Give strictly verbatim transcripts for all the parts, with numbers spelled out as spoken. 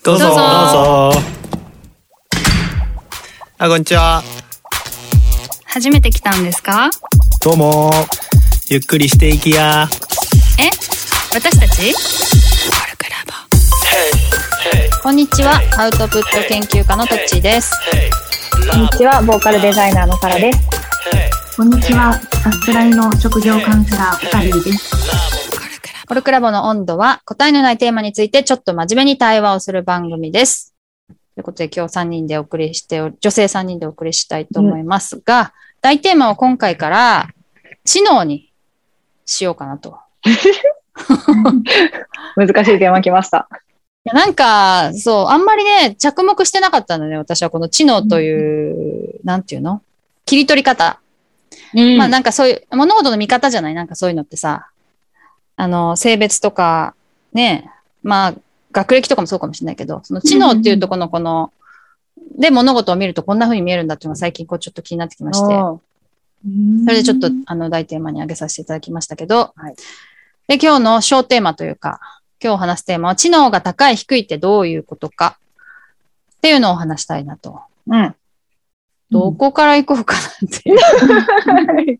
どうぞ。どうぞ。あ、こんにちは。 初めて来たんですか？ どうも。ゆっくりしていきや。 え？私たち？こんにちは。アウトプット研究家のトッチーです。 こんにちは。ボーカルデザイナーのサラです。 こんにちは。さすらいの職業カウンセラー、オカリーです。 コルクラボの温度は答えのないテーマについてちょっと真面目に対話をする番組です。ということで今日さんにんでお送りして、女性さんにんでお送りしたいと思いますが、うん、大テーマを今回から知能にしようかなと。 難しいテーマ来ました。 いやなんか、そう、あんまりね、着目してなかったんだね、私はこの知能という、うん、なんていうの？切り取り方。うん、まあなんかそういう、物事の見方じゃない？なんかそういうのってさ、あの、性別とか、ね、まあ、学歴とかもそうかもしれないけど、その知能っていうとこの、この、で物事を見るとこんな風に見えるんだっていうのが最近こうちょっと気になってきまして、それでちょっとあの大テーマに挙げさせていただきましたけど、はい、で、今日の小テーマというか、今日話すテーマは知能が高い低いってどういうことかっていうのを話したいなと。うん。どこから行こうかなっていう。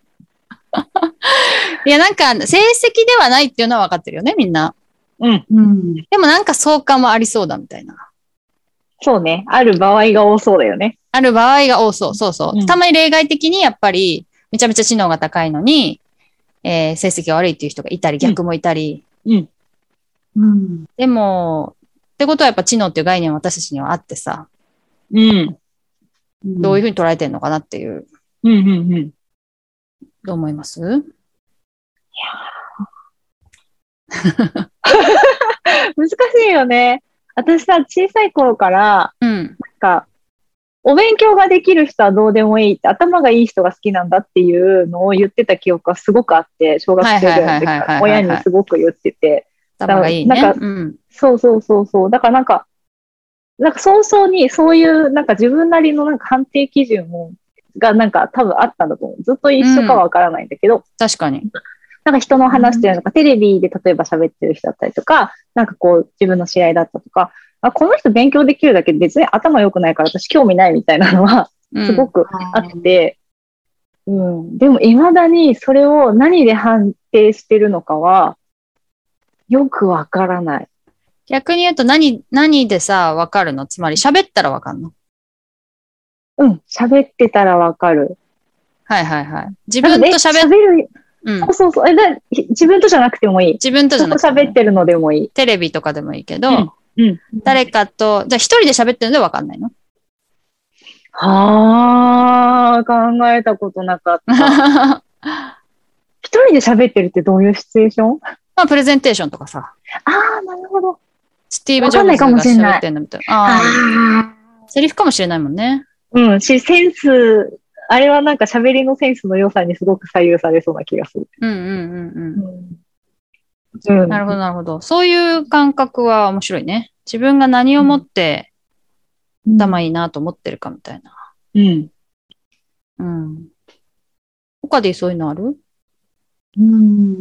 いや、なんか、成績ではないっていうのは分かってるよね、みんな。うん。うん。でもなんか相関もありそうだみたいな。 そうね。ある場合が多そうだよね。 ある場合が多そう。そうそう。うん、たまに例外的にやっぱり、めちゃめちゃ知能が高いのに、えー、成績が悪いっていう人がいたり、逆もいたり。うん。うん。でも、ってことはやっぱ知能っていう概念は私たちにはあってさ。うん。どういうふうに捉えてるのかなっていう。うんうんうん。どう思います？いや難しいよね。私さ、小さい頃から、うん、なんか、お勉強ができる人はどうでもいいって、頭がいい人が好きなんだっていうのを言ってた記憶がすごくあって、小学生ぐらいの時から親にすごく言ってて。 頭がいいね。 なんか、うん、そうそうそうそう。だからなんか、なんか早々にそういうなんか自分なりのなんか判定基準をがなんか多分あったんだと思う。ずっと一緒かはわからないんだけど、うん。 確かに。 なんか人の話してるのか、テレビで例えば喋ってる人だったりとか、なんかこう自分の試合だったとか、あ、この人勉強できるだけで別に頭良くないから私興味ないみたいなのはすごくあって、うん。うん、でも未だにそれを何で判定してるのかはよくわからない。 逆に言うと何、何でさ、わかるの？つまり喋ったらわかるの？ うん、喋ってたらわかる。 はいはいはい。自分と喋る。うん、そうそうそう。え、だ自分とじゃなくてもいい。 自分とじゃなくてもいい。 喋ってるのでもいい。 テレビとかでもいいけど、うんうん、誰かと、じゃあ一人で喋ってるのでわかんないの？ はー、考えたことなかった。一人で喋ってるってどういうシチュエーション？ まあ、プレゼンテーションとかさ。 あー、なるほど。 スティーブ・ジョブズが喋ってんのみたいな。ああ。セリフかもしれないもんね。 うん、し、センス、あれはなんか喋りのセンスの良さにすごく左右されそうな気がする。 うんうんうんうん。うん、なるほどなるほど。そういう感覚は面白いね。自分が何をもって頭いいなと思ってるかみたいな。うん。うん。他でそういうのある？ うん、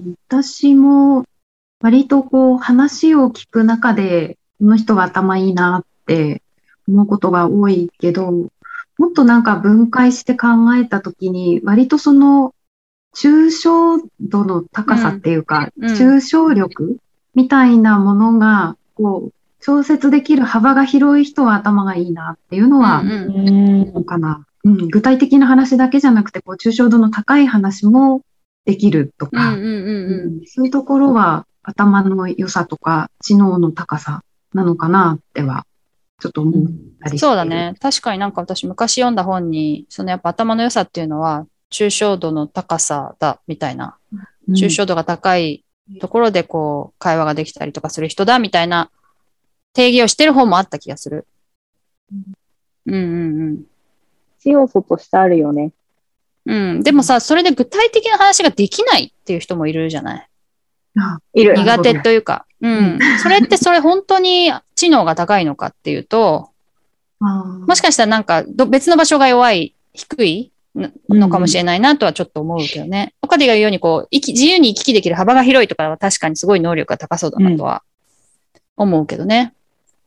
私も割とこう話を聞く中でこの人が頭いいなって思うことが多いけど、もっとなんか分解して考えたときに割とその抽象度の高さっていうか、うん、抽象力みたいなものがこう調節できる幅が広い人は頭がいいなっていうのはどうかな、うん、具体的な話だけじゃなくてこう抽象度の高い話もできるとか、そういうところは頭の良さとか知能の高さなのかなってはちょっと思ったりして、うん、 そうだね。確かになんか私昔読んだ本にそのやっぱ頭の良さっていうのは抽象度の高さだみたいな、うん、抽象度が高いところでこう会話ができたりとかする人だみたいな定義をしてる本もあった気がする。うんうんうん。 要素としてあるよね。 うん。でもさ、それで具体的な話ができないっていう人もいるじゃない？ あ、いる。 苦手というか。うん。それってそれ本当に知能が高いのかっていうと、もしかしたらなんか別の場所が弱い、低いのかもしれないなとはちょっと思うけどね。他で言うようにこう、自由に行き来できる幅が広いとかは確かにすごい能力が高そうだなとは思うけどね。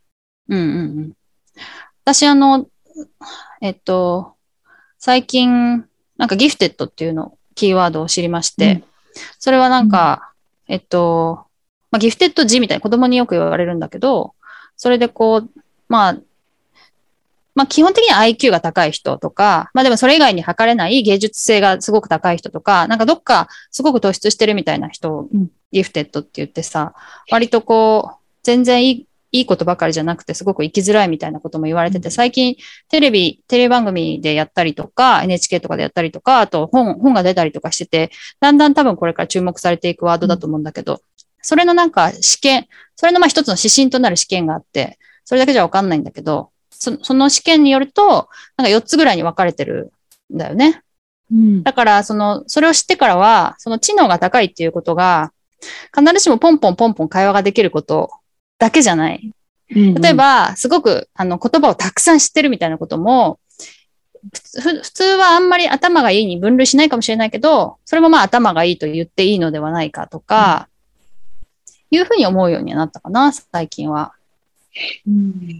うんうんうん。私、あの、えっと、最近、なんかギフテッドっていうの、キーワードを知りまして、うん、それはなんか、うん、えっと、まあ、ギフテッド字みたいに子供によく言われるんだけど、それでこう、まあ、まあ基本的には アイキュー が高い人とか、まあでもそれ以外に測れない芸術性がすごく高い人とか、なんかどっかすごく突出してるみたいな人をギフテッドって言ってさ、割とこう、全然いい、いいことばかりじゃなくてすごく生きづらいみたいなことも言われてて、最近テレビ、テレビ番組でやったりとか、エヌエイチケー とかでやったりとか、あと本、本が出たりとかしてて、だんだん多分これから注目されていくワードだと思うんだけど、それのなんか試験、それのまあ一つの指針となる試験があって、それだけじゃわかんないんだけど、そ, その試験によると、なんかよっつぐらいに分かれてるんだよね。うん、だから、その、それを知ってからは、その知能が高いっていうことが、必ずしもポンポンポンポン会話ができることだけじゃない。例えば、すごく、あの、言葉をたくさん知ってるみたいなことも、普通はあんまり頭がいいに分類しないかもしれないけど、それもまあ頭がいいと言っていいのではないかとか、うん、いうふうに思うようになったかな、最近は。 うん。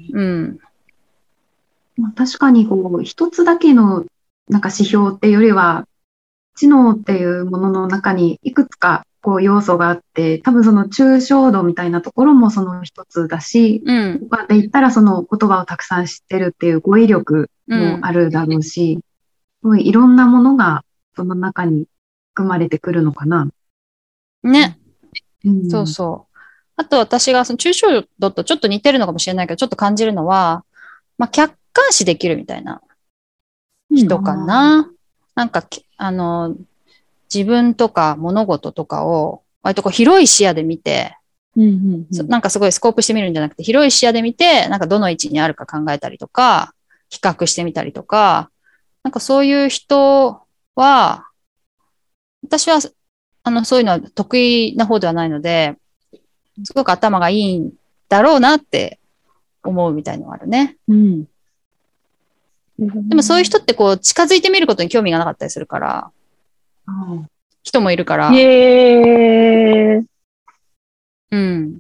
うん確かにこう一つだけのなんか指標っていうよりは知能っていうものの中にいくつかこう要素があって多分その抽象度みたいなところもその一つだし、 うん、 他で言ったらその言葉をたくさん知ってるっていう語彙力もあるだろうし、うん、いろんなものがその中に含まれてくるのかな。 ね、うん、そうそう。あと私がその抽象度とちょっと似てるのかもしれないけどちょっと感じるのは、まあ、客観視できるみたいな人かな。うん、なんか、あの、自分とか物事とかを、割とこう広い視野で見て、うんうんうん、なんかすごいスコープしてみるんじゃなくて、広い視野で見て、なんかどの位置にあるか考えたりとか、比較してみたりとか、なんかそういう人は、私は、あの、そういうのは得意な方ではないので、すごく頭がいいんだろうなって思うみたいのがあるね。うんでもそういう人ってこう近づいてみることに興味がなかったりするから、うん、人もいるから。 へー。 うん。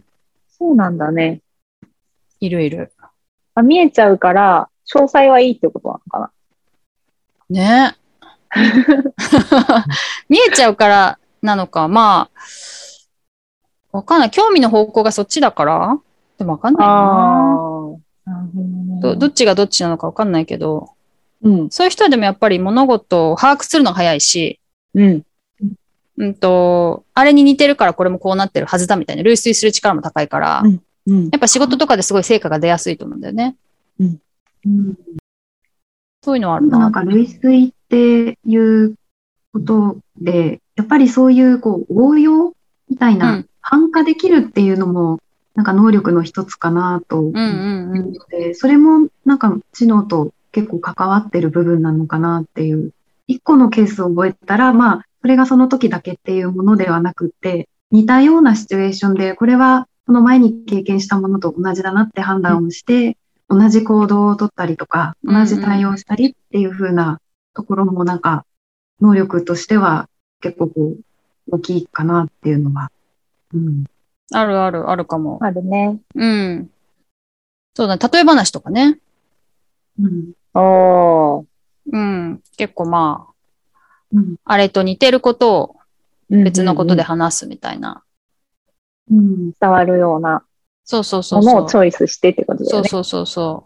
そうなんだね。 いるいる。 あ、見えちゃうから、詳細はいいってことなのかな。ね見えちゃうからなのか、まあ、わかんない。興味の方向がそっちだからでもわかんないな。ど, どっちがどっちなのかわかんないけど、うん、そういう人はでもやっぱり物事を把握するのが早いし、うん。うんと、あれに似てるからこれもこうなってるはずだみたいな類推する力も高いから、うんうん、やっぱ仕事とかですごい成果が出やすいと思うんだよね。うんうん、そういうのはあるな。 なんか類推っていうことで、やっぱりそういうこう応用みたいな、うん、反化できるっていうのもなんか能力の一つかなと思って、うんうんうん、それもなんか知能と結構関わってる部分なのかなっていう。一個のケースを覚えたら、まあ、それがその時だけっていうものではなくて、似たようなシチュエーションで、これはその前に経験したものと同じだなって判断をして、うん、同じ行動を取ったりとか、同じ対応をしたりっていう風なところもなんか、能力としては結構こう、大きいかなっていうのは。 うん、あるある、あるかも。 あるね。 うん。そうだ、例え話とかね。 うん。おー。 うん。結構まあ、うん、あれと似てることを別のことで話すみたいな。 うんうんうん、伝わるような。 そうそうそうそう。 ものをチョイスしてってことだよね。 そうそうそうそう。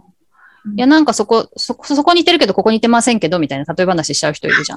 いや、なんかそこ、そこ、そこ似てるけど、ここ似てませんけど、みたいな例え話しちゃう人いるじゃん。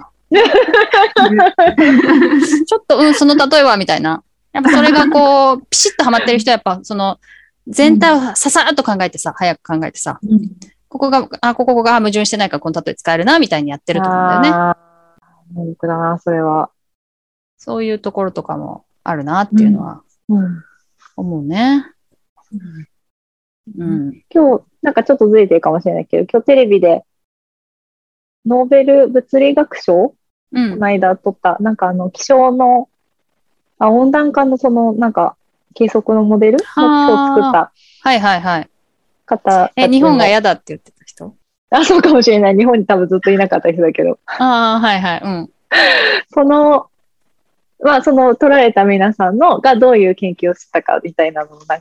ちょっと、うん、その例えは、みたいな。やっぱそれがこう、ピシッとハマってる人は、やっぱその、全体をささっと考えてさ、早く考えてさ、うん、ここが、あ、ここが矛盾してないからこの例え使えるな、みたいにやってると思うんだよね。ああ、 能力だな、それは。 そういうところとかもあるなっていうのは、うんうん、思うね。 うん、今日、なんかちょっとずれてるかもしれないけど、今日テレビで、ノーベル物理学賞、うん、この間取った、なんかあの、気象の、あ、温暖化のその、なんか、計測のモデルの基礎を作った。 はいはいはい。 方。 え、日本が嫌だって言ってた人？ あ、そうかもしれない。日本に多分ずっといなかった人だけど。 ああ、はいはい。うん。 その、まあ、その、取られた皆さんの、がどういう研究をしたかみたいなのをなんか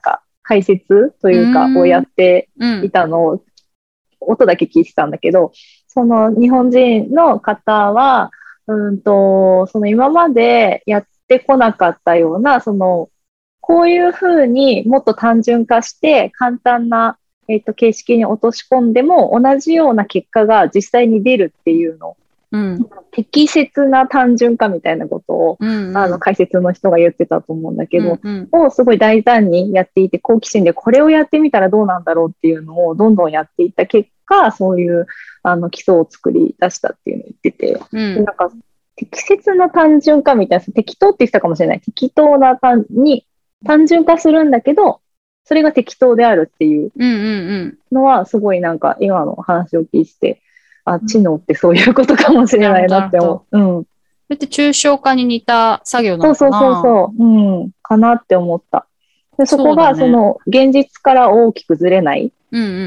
解説というか、をやっていたのを、音だけ聞いてたんだけど、その日本人の方は、うんと、その今までやってこなかったような、その、こういうふうにもっと単純化して簡単な、えっと、形式に落とし込んでも同じような結果が実際に出るっていうの。うん、適切な単純化みたいなことを、うんうん、あの解説の人が言ってたと思うんだけど、うんうん、をすごい大胆にやっていて、好奇心でこれをやってみたらどうなんだろうっていうのをどんどんやっていった結果、そういうあの基礎を作り出したっていうのを言ってて、うん、なんか適切な単純化みたいな、適当って言ってたかもしれない。適当な単に単純化するんだけど、それが適当であるっていうのは、すごいなんか今の話を聞いて、あ、知能ってそういうことかもしれないなって思う。うん。それって抽象化に似た作業なのかな？ そうそうそうそう。うん。かなって思った。でそこがその現実から大きくずれない。うんうんうんうん。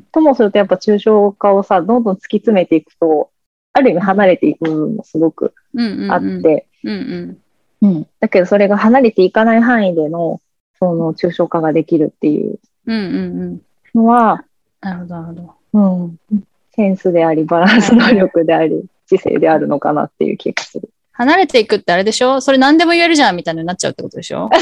ともするとやっぱ抽象化をさ、どんどん突き詰めていくと、ある意味離れていく部分もすごくあって。うんうんうん。だけどそれが離れていかない範囲での、その抽象化ができるっていうのは、 なるほど、なるほど。 うん。センスであり、バランス能力であり、知性であるのかなっていう気がする。 離れていくってあれでしょ？それ何でも言えるじゃんみたいになっちゃうってことでしょ？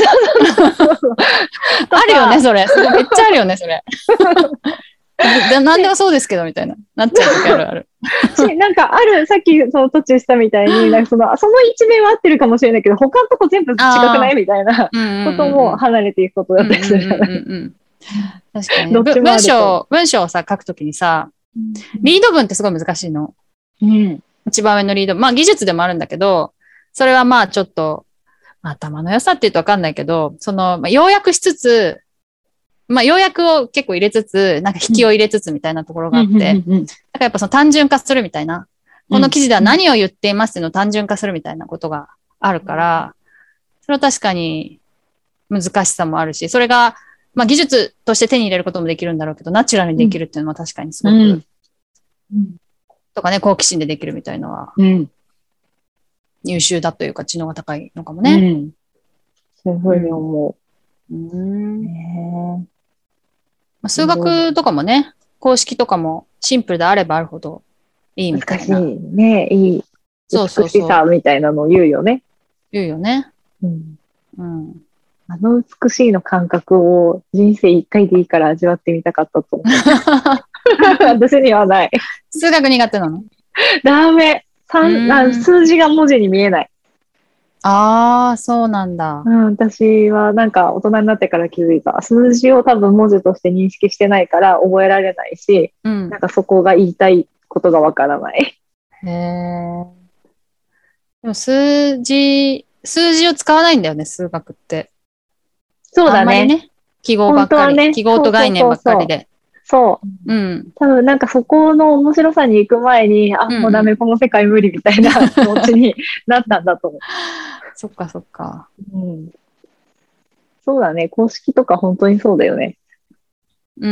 あるよね、それ。めっちゃあるよね、それ。何でもそうですけど、みたいな。なっちゃう時あるある。 なんかある、さっきその途中したみたいに、なんかその、その一面は合ってるかもしれないけど、他のとこ全部違くないみたいなことも離れていくことだったりするじゃない。 確かに。文章、文章をさ、書くときにさ、リード文ってすごい難しいの。うん。一番上のリード。まあ技術でもあるんだけど、それはまあちょっと、まあ、頭の良さって言うとわかんないけど、その、まあ、要約しつつ、まあ要約を結構入れつつ、なんか引きを入れつつみたいなところがあって、だからやっぱその単純化するみたいな、この記事では何を言っていますっていうのを単純化するみたいなことがあるから、それは確かに難しさもあるし、それが、まあ技術として手に入れることもできるんだろうけど、ナチュラルにできるっていうのは確かにすごく、うんうん、とかね、好奇心でできるみたいのは、うん、優秀だというか知能が高いのかもね。うん、 そういうふうに思う。 うんね、まあ、数学とかもね、公式とかもシンプルであればあるほどいいみたいな。 難しいね、いい。そうそうそう。美しさみたいなのを言うよね。 言うよね。 うん。うんあの美しいの感覚を人生一回でいいから味わってみたかったと思う。私にはない。 数学苦手なの？ ダメ。数字が文字に見えない。 ああ、そうなんだ。 うん、私はなんか大人になってから気づいた。数字を多分文字として認識してないから覚えられないし、うん、なんかそこが言いたいことがわからない。 へえ。でも数字、数字を使わないんだよね、数学って。 そうだね。あんまりね。 記号ばっかり、ね、記号と概念ばっかりで。 そう。うん。多分なんかそこの面白さに行く前に、あ、もうダメ、この世界無理みたいな気持ちになったんだと思う。 そっかそっか。 うん。そうだね。公式とか本当にそうだよね。 うん。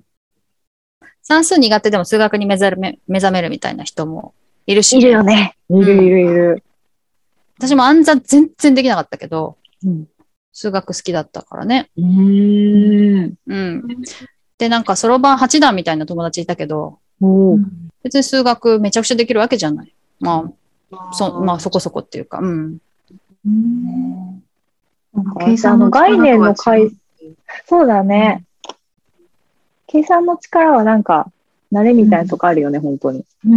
算数苦手でも数学に目覚め、目覚めるみたいな人もいるし、ね。 いるよね。いるいるいる。うん、 私も暗算全然できなかったけど、うん数学好きだったからね。 うーん。 うん。で、なんか、そろばんはち段みたいな友達いたけど、別に数学めちゃくちゃできるわけじゃない。まあ、そ、まあ、そこそこっていうか、うん。うん。 計算の概念の解、そうだね。計算の力はなんか、慣れみたいなとこあるよね、うん、本当に。 うん。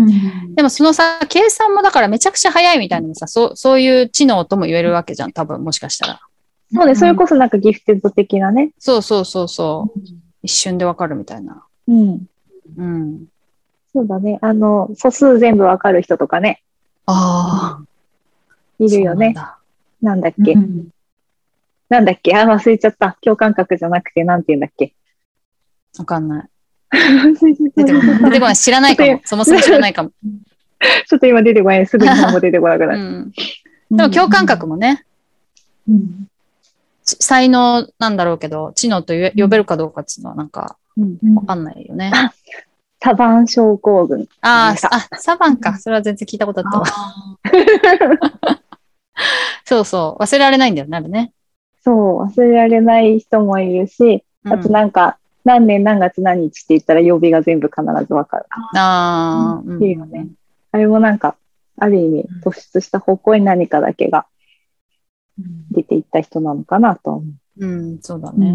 でもそのさ、計算もだからめちゃくちゃ早いみたいなのさ、そう、そういう知能とも言えるわけじゃん、多分、もしかしたら。 そうね、それこそなんかギフテッド的なね。 そうそうそうそう。うん、一瞬でわかるみたいな。 うん。うん。そうだね。あの、素数全部わかる人とかね。 ああ。 いるよね。な, なんだっけ、うん、なんだっけあ、忘れちゃった。共感覚じゃなくて、なんて言うんだっけわかんない。出てこない。出てこない。知らないかも。そもそも知らないかも。 ちょっと今出てこない。すぐ日本語出てこなくなる。うん、 でも共感覚もね。うん才能なんだろうけど、知能と呼べるかどうかっていうのはなんか、わかんないよね。 サバン症候群。 ああ、サバンか。それは全然聞いたことあったわ。そうそう。忘れられないんだよね、あれね。 そう、忘れられない人もいるし、 あとなんか、何年何月何日って言ったら曜日が全部必ずわかる。 ああ、 っていうよね。あれもなんか、ある意味突出した方向に何かだけが出ていった人なのかなと思う。うん、そうだね。うん、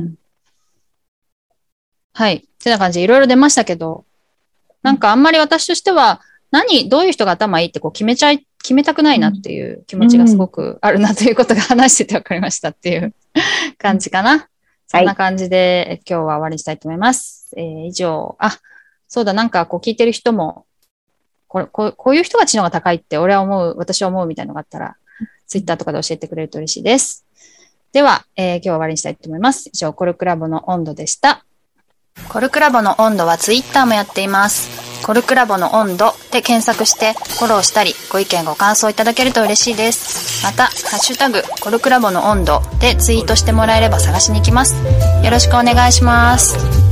はい。ってな感じでいろいろ出ましたけど、なんかあんまり私としては、何、どういう人が頭いいってこう決めちゃい、決めたくないなっていう気持ちがすごくあるなということが話してて分かりましたっていう感じかな。そんな感じで、はい、今日は終わりにしたいと思います。えー、以上、あ、そうだ、なんかこう聞いてる人も、これこう、こういう人が知能が高いって俺は思う、私は思うみたいなのがあったら、ツイッターとかで教えてくれると嬉しいです。では、えー、今日は終わりにしたいと思います。以上、コルクラボの温度でした。コルクラボの温度はツイッターもやっています。コルクラボの温度で検索してフォローしたりご意見ご感想いただけると嬉しいです。またハッシュタグコルクラボの温度でツイートしてもらえれば探しに行きます。よろしくお願いします。